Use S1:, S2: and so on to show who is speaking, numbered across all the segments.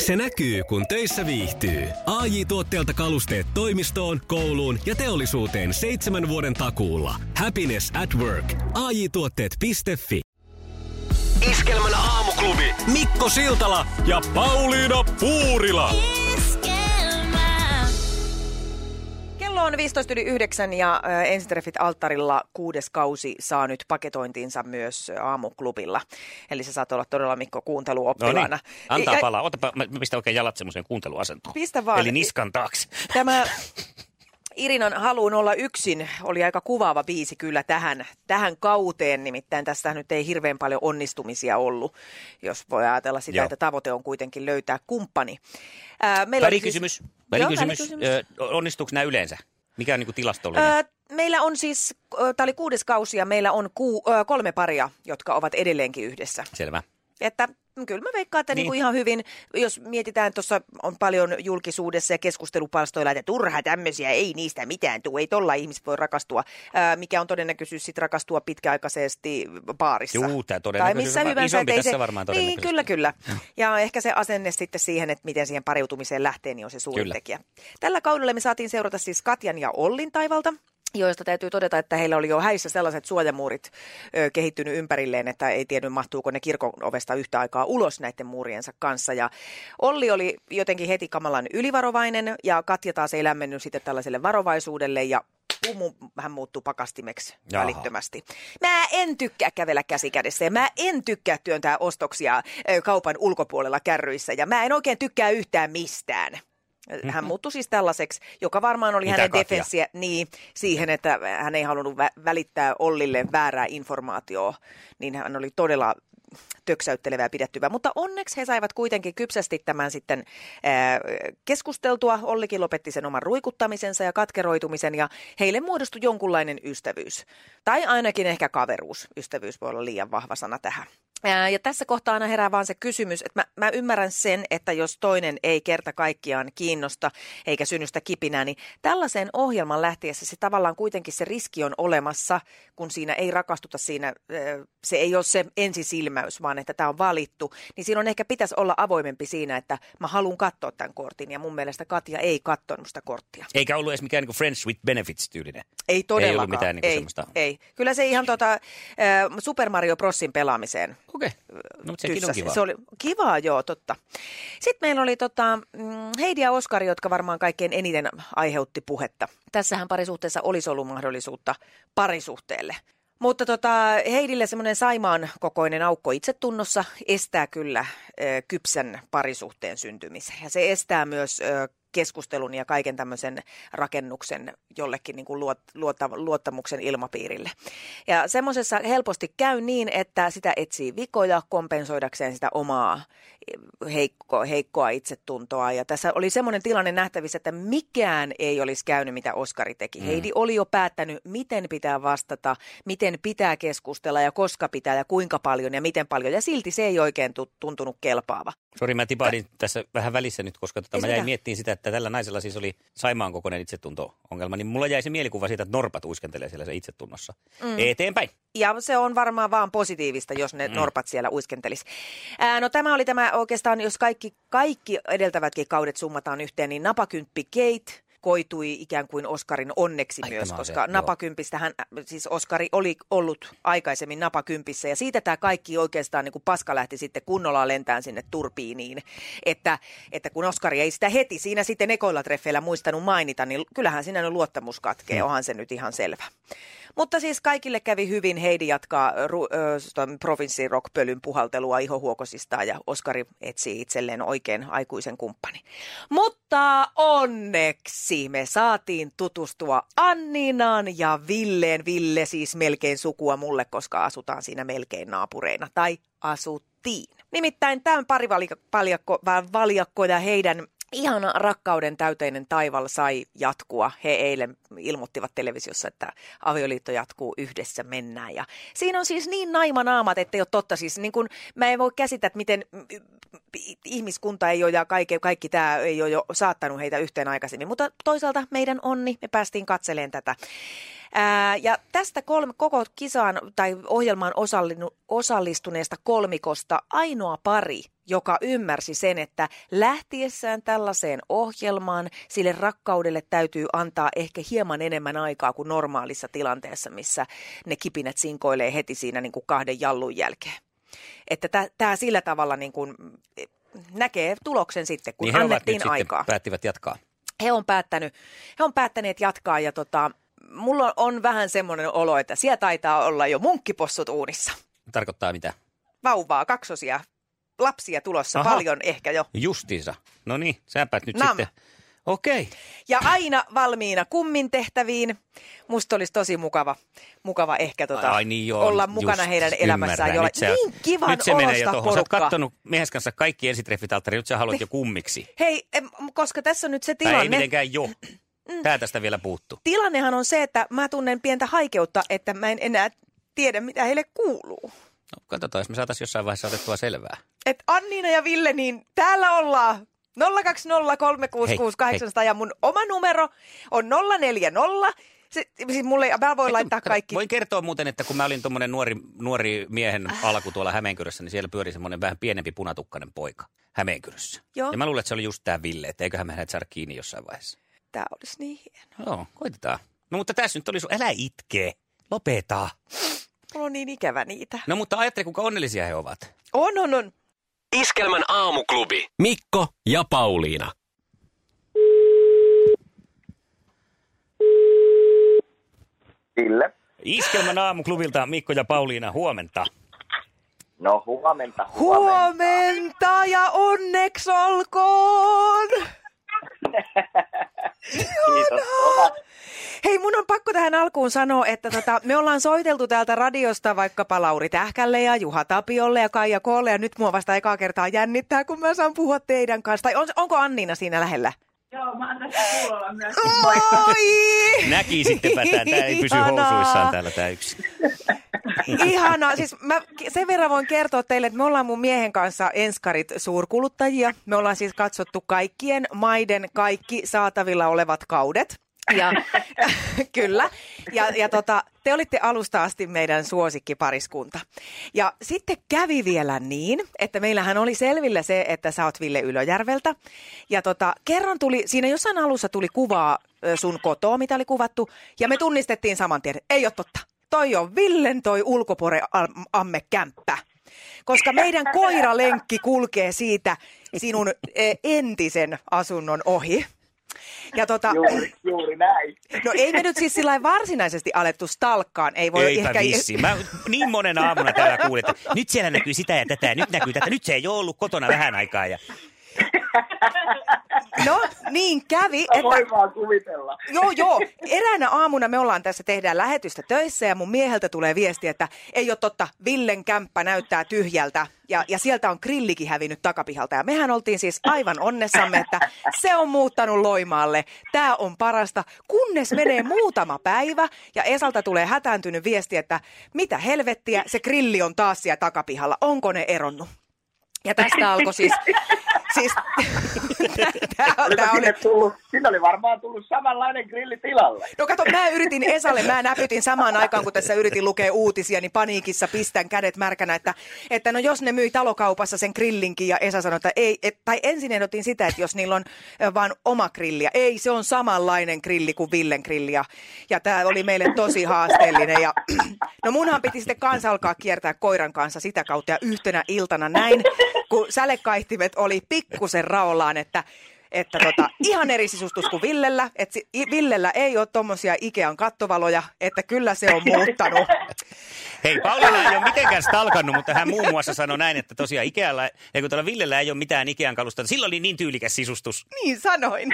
S1: Se näkyy, kun töissä viihtyy. AJ Tuotteelta kalusteet toimistoon, kouluun ja teollisuuteen 7 vuoden takuulla. Happiness at work. AJ-tuotteet.fi.
S2: Iskelmän aamuklubi Mikko Siltala ja Pauliina Puurila.
S3: Kello on 15:09 ja Ensitreffit alttarilla 6. kausi saa nyt paketointiinsa myös aamuklubilla. Eli sä saat olla todella, Mikko, kuunteluoppilaana.
S4: No niin, antaa palaa. Otapa, mä pistän oikein jalat semmoiseen kuunteluasentoon.
S3: Pistä vaan.
S4: Eli niskan taakse.
S3: Tämä Irinan Haluun olla yksin oli aika kuvaava biisi kyllä tähän kauteen, nimittäin tässä nyt ei hirveän paljon onnistumisia ollut, jos voi ajatella sitä, Joo. että tavoite on kuitenkin löytää kumppani.
S4: Välikysymys. Onnistuuko nämä yleensä? Mikä on niin kuin tilastollinen?
S3: Meillä on siis, tämä oli 6. kausi ja meillä on 3 paria, jotka ovat edelleenkin yhdessä.
S4: Selvä.
S3: Että kyllä mä veikkaan, että niin kuin ihan hyvin, jos mietitään, tuossa on paljon julkisuudessa ja keskustelupalstoilla, että turha tämmöisiä, ei niistä mitään tule, ei tolla ihmiset voi rakastua. Mikä on todennäköisyys sitten rakastua pitkäaikaisesti baarissa?
S4: Juu, tämä todennäköisyys on isompi tässä varmaan todennäköisesti.
S3: Niin, kyllä. Ja ehkä se asenne sitten siihen, että miten siihen pariutumiseen lähtee, niin on se suurin tekijä. Tällä kaudella me saatiin seurata siis Katjan ja Ollin taivalta, joista täytyy todeta, että heillä oli jo häissä sellaiset suojamuurit kehittynyt ympärilleen, että ei tiennyt mahtuuko ne kirkon ovesta yhtä aikaa ulos näiden muuriensa kanssa. Ja Olli oli jotenkin heti kamalan ylivarovainen ja Katja taas ei lämmennyt sitten tällaiselle varovaisuudelle ja hän muuttuu pakastimeksi välittömästi. Mä en tykkää kävellä käsikädessä ja mä en tykkää työntää ostoksia kaupan ulkopuolella kärryissä ja mä en oikein tykkää yhtään mistään. Hän muuttui siis tällaiseksi, joka varmaan oli hänen defenssiä siihen, että hän ei halunnut välittää Ollille väärää informaatiota, niin hän oli todella töksäyttelevä ja pidettyvä. Mutta onneksi he saivat kuitenkin kypsästi tämän sitten keskusteltua. Ollikin lopetti sen oman ruikuttamisensa ja katkeroitumisen ja heille muodostui jonkunlainen ystävyys. Tai ainakin ehkä kaveruus. Ystävyys voi olla liian vahva sana tähän. Ja tässä kohtaa aina herää vaan se kysymys, että mä ymmärrän sen, että jos toinen ei kerta kaikkiaan kiinnosta eikä synny sitä kipinää, niin tällaiseen ohjelman lähtiessä se tavallaan kuitenkin se riski on olemassa, kun siinä ei rakastuta siinä, se ei ole se ensisilmäys, vaan että tämä on valittu, niin siinä on ehkä pitäisi olla avoimempi siinä, että mä haluan katsoa tämän kortin ja mun mielestä Katja ei katsonut sitä korttia.
S4: Eikä ollut edes mikään niin kuin Friends with Benefits -tyylinen.
S3: Ei todellakaan.
S4: Ei ollut mitään niin semmoista.
S3: Ei. Kyllä se ihan Super Mario Brosin pelaamiseen.
S4: Okei. No, mutta sekin on kiva.
S3: Se oli kivaa, joo, totta. Sitten meillä oli Heidi ja Oskari, jotka varmaan kaikkein eniten aiheutti puhetta. Tässähän parisuhteessa olisi ollut mahdollisuutta parisuhteelle. Mutta Heidille semmoinen Saimaan kokoinen aukko itsetunnossa estää kyllä kypsän parisuhteen syntymisen. Ja se estää myös keskustelun ja kaiken tämmöisen rakennuksen jollekin niin kuin luottamuksen ilmapiirille. Ja semmoisessa helposti käy niin, että sitä etsii vikoja kompensoidakseen sitä omaa heikkoa itsetuntoa. Ja tässä oli semmoinen tilanne nähtävissä, että mikään ei olisi käynyt, mitä Oskari teki. Heidi oli jo päättänyt, miten pitää vastata, miten pitää keskustella ja koska pitää ja kuinka paljon ja miten paljon. Ja silti se ei oikein tuntunut kelpaava.
S4: Sori, mä tipahdin tässä vähän välissä nyt, koska mä jäin miettimään sitä, että tällä naisella siis oli Saimaan kokoinen itsetunto-ongelma, niin mulla jäi se mielikuva siitä, että norpat uiskentelee siellä se itsetunnossa. Eteenpäin.
S3: Ja se on varmaan vaan positiivista, jos ne norpat siellä uiskentelis. No tämä oli oikeastaan, jos kaikki edeltävätkin kaudet summataan yhteen, niin napakymppi Kate koitui ikään kuin Oskarin onneksi myös, koska napakympistähän, siis Oskari oli ollut aikaisemmin napakympissä ja siitä tämä kaikki oikeastaan niin kuin paska lähti sitten kunnolla lentään sinne turbiiniin, että kun Oskari ei sitä heti siinä sitten ekoilla treffeillä muistanut mainita, niin kyllähän siinä luottamus katkee, onhan se nyt ihan selvä. Mutta siis kaikille kävi hyvin. Heidi jatkaa provinssirockpölyn puhaltelua ihohuokosistaan ja Oskari etsii itselleen oikein aikuisen kumppani. Mutta onneksi me saatiin tutustua Anninaan ja Villeen. Ville siis melkein sukua mulle, koska asutaan siinä melkein naapureina tai asuttiin. Nimittäin tämän parivaljakko ja heidän ihana rakkauden täyteinen taival sai jatkua. He eilen ilmoittivat televisiossa, että avioliitto jatkuu, yhdessä mennään. Ja siinä on siis niin naimanaamat, että ei ole totta. Siis niin kun, mä en voi käsittää, että miten ihmiskunta ei ole ja kaikki tämä ei ole jo saattanut heitä yhteen aikaisemmin. Mutta toisaalta meidän onni, me päästiin katseleen tätä. Ja tästä koko kisaan tai ohjelmaan osallistuneesta kolmikosta ainoa pari, joka ymmärsi sen, että lähtiessään tällaiseen ohjelmaan sille rakkaudelle täytyy antaa ehkä hieman enemmän aikaa kuin normaalissa tilanteessa, missä ne kipinät sinkoilee heti siinä niin kuin 2 jallun jälkeen. Että tämä sillä tavalla niin kuin näkee tuloksen sitten, kun niin annettiin aikaa.
S4: Sitten päättivät jatkaa.
S3: He on päättäneet jatkaa ja mulla on vähän semmoinen olo, että siellä taitaa olla jo munkkipossut uunissa.
S4: Tarkoittaa mitä?
S3: Vauvaa, 2 lapsia tulossa. Aha. Paljon ehkä jo.
S4: Justiinsa. No niin, säpäät nyt sitten. Okei.
S3: Ja aina valmiina kummin tehtäviin. Musta olisi tosi mukava ehkä olla mukana heidän elämässään. Jolla niin kivan
S4: nyt se menee jo
S3: olosta
S4: tuohon. Sä oot
S3: porukkaa.
S4: kattonut mies kanssa kaikki ensitreffit-alttari, nyt sä haluat jo kummiksi.
S3: Hei, koska tässä on nyt se tilanne.
S4: Ei mitenkään jo. Tää tästä vielä puuttuu.
S3: Tilannehan on se, että mä tunnen pientä haikeutta, että mä en enää tiedä, mitä heille kuuluu.
S4: No katsotaan, jos me saataisiin jossain vaiheessa otettua selvää.
S3: Et Anniina ja Ville, niin täällä ollaan. 020366800 ja mun oma numero on 040. Siis mä voin laittaa kaikki.
S4: Voin kertoa muuten, että kun mä olin tommonen nuori miehen alku tuolla Hämeenkyrössä, niin siellä pyöri semmoinen vähän pienempi punatukkainen poika Hämeenkyrössä.
S3: Joo.
S4: Ja mä luulen, että se oli just tää Ville, että eiköhän me hänet saada kiinni jossain vaiheessa.
S3: Tää olisi niin hienoa.
S4: Joo, koitetaan. No mutta tässä nyt oli älä itkee, lopeta.
S3: Mulla on niin ikävä niitä.
S4: No mutta ajattele, kuinka onnellisia he ovat.
S3: On.
S2: Iskelmän aamuklubi.
S1: Mikko ja Pauliina.
S5: Ville.
S4: Iskelmän aamuklubilta Mikko ja Pauliina, huomenta.
S5: No huomenta.
S3: Huomenta ja onneksi olkoon.
S5: Kiitos.
S3: Hei, mun on pakko tähän alkuun sanoa, että me ollaan soiteltu täältä radiosta vaikkapa Lauri Tähkälle ja Juha Tapiolle ja Kaija Koolle ja nyt mua vasta ekaa kertaa jännittää, kun mä saan puhua teidän kanssa. Tai onko Anniina siinä lähellä?
S6: Joo, mä oon tässä kuulolla myös.
S3: Oi!
S4: Näki sittenpä tää ei pysy housuissaan täällä tää yksi.
S3: Ihanaa. Siis mä sen verran voin kertoa teille, että me ollaan mun miehen kanssa enskarit suurkuluttajia. Me ollaan siis katsottu kaikkien maiden kaikki saatavilla olevat kaudet. Ja kyllä. Ja te olitte alusta asti meidän suosikkipariskunta. Ja sitten kävi vielä niin, että meillähän oli selvillä se, että sä oot Ville Ylöjärveltä. Ja kerran tuli, siinä jossain alussa tuli kuvaa sun kotoa, mitä oli kuvattu. Ja me tunnistettiin saman tien, ei ole totta. Toi on Villen toi ulkopuoleammekämppä. Koska meidän koiralenkki kulkee siitä sinun entisen asunnon ohi. Ja
S5: juuri näin.
S3: No ei me nyt siis sillä varsinaisesti alettu stalkkaan. Ei voi
S4: Eipä
S3: ehkä
S4: vissi. Mä niin monen aamuna täällä kuulin, että nyt siellä näkyy sitä ja tätä ja nyt näkyy tätä. Nyt se ei ole ollut kotona vähän aikaa. Ja...
S3: No niin kävi.
S5: Että... Voin vaan kuvitella.
S3: Joo. Eräänä aamuna me tehdään lähetystä töissä ja mun mieheltä tulee viesti, että ei ole totta, Villen kämppä näyttää tyhjältä. Ja sieltä on grillikin hävinnyt takapihalta. Ja mehän oltiin siis aivan onnessamme, että se on muuttanut Loimaalle. Tää on parasta, kunnes menee muutama päivä ja Esalta tulee hätääntynyt viesti, että mitä helvettiä, se grilli on taas siellä takapihalla. Onko ne eronnut? Ja tästä alkoi siis
S5: Siinä oli varmaan tullut samanlainen grilli tilalle.
S3: No kato, mä yritin Esalle, mä näpytin samaan aikaan, kun tässä yritin lukea uutisia, niin paniikissa pistän kädet märkänä, että no jos ne myi talokaupassa sen grillinkin ja Esa sanoi, että ei, tai ensin ehdotin sitä, että jos niillä on vaan oma grilli, ei, se on samanlainen grilli kuin Villen grilli ja tää oli meille tosi haasteellinen ja no munhan piti sitten kanssa alkaa kiertää koiran kanssa sitä kautta ja yhtenä iltana näin, kun sälekaihtimet oli pikkusen raollaan, että ihan eri sisustus kuin Villellä, että Villellä ei ole tommosia Ikean kattovaloja, että kyllä se on muuttanut.
S4: Hei, Pauliina ei ole mitenkään stalkannut, mutta hän muun muassa sanoi näin, että tosiaan tuolla Villellä ei ole mitään Ikean kalusta. Silloin oli niin tyylikäs sisustus.
S3: Niin sanoin.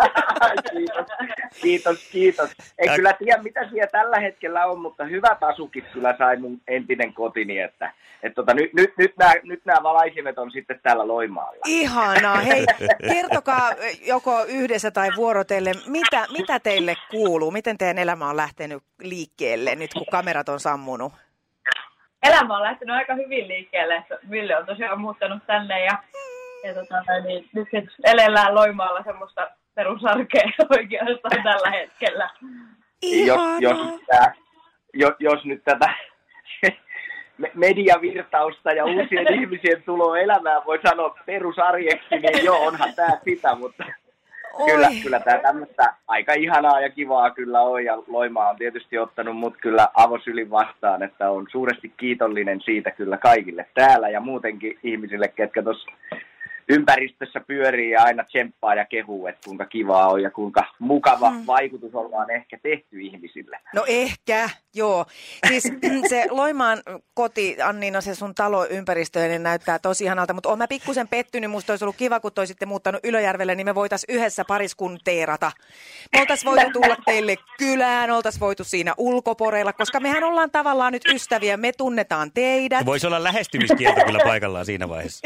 S5: Kiitos. En kyllä tiedä, mitä siellä tällä hetkellä on, mutta hyvät asukit kyllä sai mun entinen kotini, että nyt nämä valaisimet on sitten täällä Loimaalla.
S3: Ihanaa. Hei, kertokaa joko yhdessä tai vuorotellen, mitä teille kuuluu? Miten teidän elämä on lähtenyt liikkeelle nyt, kun kamerat on sammunut?
S6: Elämä on lähtenyt aika hyvin liikkeelle. Ville on tosiaan muuttanut tänne ja nyt elellään Loimaalla semmoista perusarkea oikeastaan tällä hetkellä.
S5: Jos nyt tätä mediavirtausta ja uusien ihmisien tuloa elämään voi sanoa perusarjeksi, niin joo, onhan tämä sitä, mutta kyllä tämä tämmöistä aika ihanaa ja kivaa kyllä on, ja Loimaa on tietysti ottanut mut kyllä avosylin vastaan, että on suuresti kiitollinen siitä kyllä kaikille täällä ja muutenkin ihmisille, ketkä tuossa ympäristössä pyörii ja aina tsemppaa ja kehuu, että kuinka kivaa on ja kuinka mukava vaikutus ollaan ehkä tehty ihmisille.
S3: No ehkä, joo. Siis se Loimaan koti, Anniina, se sun taloympäristö, niin näyttää tosi ihanalta, mutta oon mä pikkusen pettynyt. Musta olisi ollut kiva, kun toi sitten muuttanut Ylöjärvelle, niin me voitaisiin yhdessä pariskunteerata. Me oltaisiin voitu tulla teille kylään, oltaisiin voitu siinä ulkoporeilla, koska mehän ollaan tavallaan nyt ystäviä, me tunnetaan teidät.
S4: Voisi olla lähestymiskielto kyllä paikallaan siinä vaiheessa.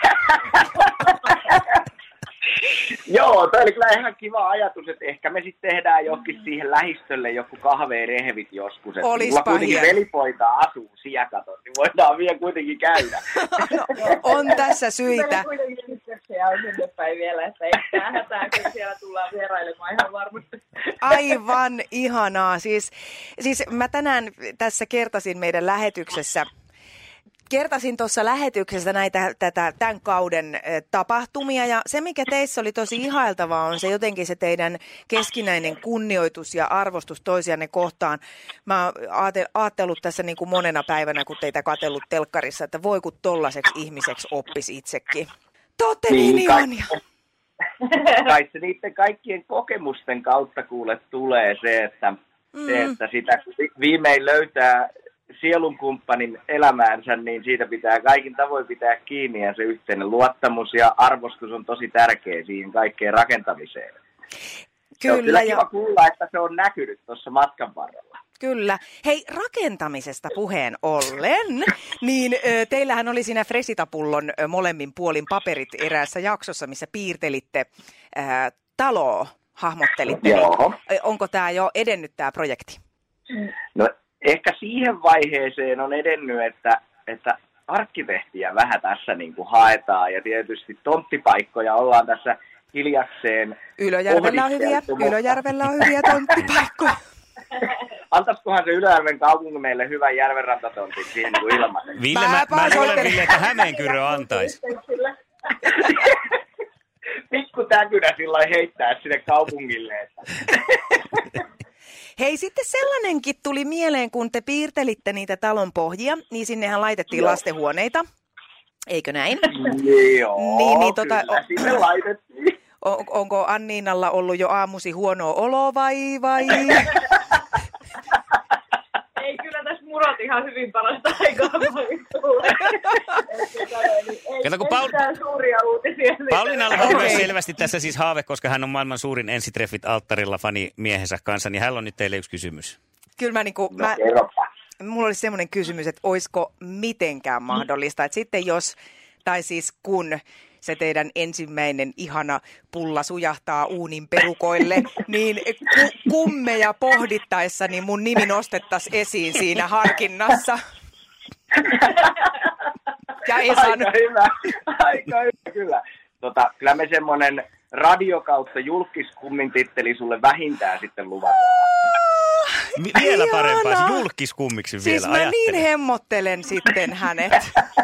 S5: Joo, toi oli kyllä ihan kiva ajatus, että ehkä me sitten tehdään johonkin siihen lähistölle joku kahveerehvit joskus. Että mulla kuitenkin velipoika asuu Siakaton, niin voidaan vielä kuitenkin käydä.
S3: No, on tässä syitä.
S6: Kuitenkin yhteyksiä on sinne päin vielä, että ei mitään hätää, kun siellä tullaan vierailemaan ihan varmasti.
S3: Aivan ihanaa. Siis mä tänään tässä kertasin meidän lähetyksessä. Kertasin tuossa lähetyksessä tämän kauden tapahtumia, ja se, mikä teissä oli tosi ihailtavaa, on se jotenkin se teidän keskinäinen kunnioitus ja arvostus toisianne kohtaan. Mä oon ajatellut tässä niin kuin monena päivänä, kun teitä katsellut telkkarissa, että voi kun tollaiseksi ihmiseksi oppisi itsekin. Te ootte niin ihania.
S5: Kai se niiden kaikkien kokemusten kautta kuule tulee se, että sitä viimein löytää sielunkumppanin elämäänsä, niin siitä pitää kaikin tavoin pitää kiinni, ja se yhteinen luottamus ja arvostus on tosi tärkeä siihen kaikkeen rakentamiseen.
S3: Kyllä,
S5: on kyllä kiva kuulla, että se on näkynyt tuossa matkan varrella.
S3: Kyllä. Hei, rakentamisesta puheen ollen, niin teillähän oli siinä Fresitapullon molemmin puolin paperit eräässä jaksossa, missä piirtelitte taloa, hahmottelitte.
S5: Joo.
S3: Onko tämä jo edennyt tämä projekti?
S5: No ehkä siihen vaiheeseen on edennyt, että arkkitehtiä vähän tässä niin kuin haetaan, ja tietysti tonttipaikkoja ollaan tässä hiljakseen
S3: Ylöjärvellä on hyviä tonttipaikkoja.
S5: Antaisikohan se Ylöjärven kaupunki meille hyvän järvenrantatontin siihen kuin ilmaisen?
S4: Ville, mä luulen, Ville, että Hämeenkyrö antaisi.
S5: Pikku täkynä silloin heittää sinne kaupungille. Että.
S3: Hei, sitten sellainenkin tuli mieleen, kun te piirtelitte niitä talon pohjia, niin sinnehän laitettiin lastenhuoneita. Eikö näin?
S5: Joo, kyllä sinne laitettiin.
S3: Onko Anniinalla ollut jo aamusi huonoa oloa vai?
S6: Ei, kyllä tässä murot ihan hyvin parasta aikaa. Kato, kun suuria uutisia.
S4: Pauliinalla on myös selvästi tässä siis haave, koska hän on maailman suurin ensitreffit alttarilla fanimiehensä kanssa, niin hän on nyt teille yksi kysymys.
S3: Kyllä mulla olisi semmoinen kysymys, että olisiko mitenkään mahdollista, että sitten jos, tai siis kun se teidän ensimmäinen ihana pulla sujahtaa uunin perukoille, niin kummeja pohdittaessa niin mun nimi nostettaisiin esiin siinä harkinnassa. Ja
S5: Aika hyvä, kyllä. Kyllä me semmoinen radio kautta julkiskummin titteli sulle vähintään sitten luvataan.
S4: Vielä parempaa, julkiskummiksi vielä,
S3: siis mä niin hemmottelen sitten hänet.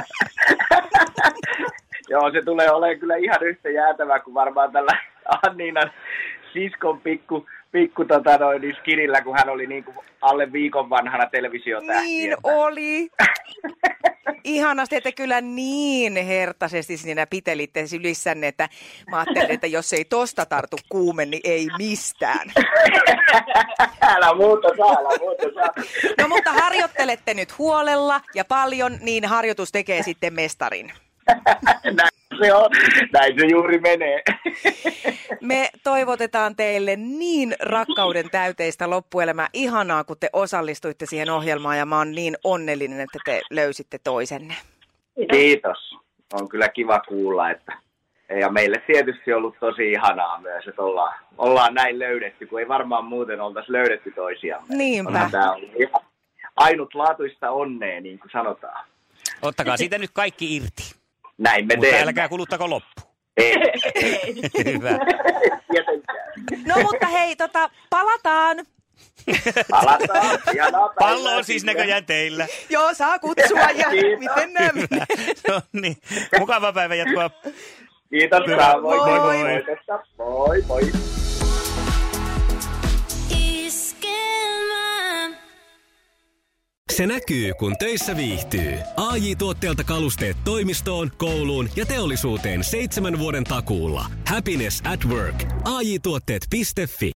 S5: Joo, se tulee olemaan kyllä ihan yhtä jäätävää kuin varmaan tällä Anniinan siskon pikku skirillä, kun hän oli niin kuin alle viikon vanhana televisiotähtiä.
S3: Niin oli. Ihanasti, että kyllä niin hertaisesti siinä pitelitte sylissänne, että mä ajattelin, että jos ei tosta tartu kuume, niin ei mistään.
S5: Älä muuta saa.
S3: No mutta harjoittelette nyt huolella ja paljon, niin harjoitus tekee sitten mestarin.
S5: Näin se juuri menee.
S3: Me toivotetaan teille niin rakkauden täyteistä loppuelämää. Ihanaa, kun te osallistuitte siihen ohjelmaan, ja mä oon niin onnellinen, että te löysitte toisenne.
S5: Kiitos. On kyllä kiva kuulla, että ja meille tietysti on ollut tosi ihanaa myös, että ollaan näin löydetty, kun ei varmaan muuten oltaisi löydetty toisiamme.
S3: Niinpä.
S5: Tämä on ihan ainutlaatuista onnea, niin kuin sanotaan.
S4: Ottakaa siitä nyt kaikki irti.
S5: Näin me
S4: teemme. Mutta älkää kuluttako loppu.
S5: Ei.
S4: Hyvä.
S3: No mutta hei, palataan.
S5: Palataan. Ihanaa päivää.
S4: Pallo on siis näköjään teillä.
S3: Joo, saa kutsua ja miten nämä menee.
S4: No niin, mukava päivä jatkoa.
S5: Kiitos.
S3: Moi.
S5: Moi. Moi.
S1: Se näkyy, kun töissä viihtyy. AJ-tuotteelta kalusteet toimistoon, kouluun ja teollisuuteen 7 vuoden takuulla. Happiness at work. AJ-tuotteet.fi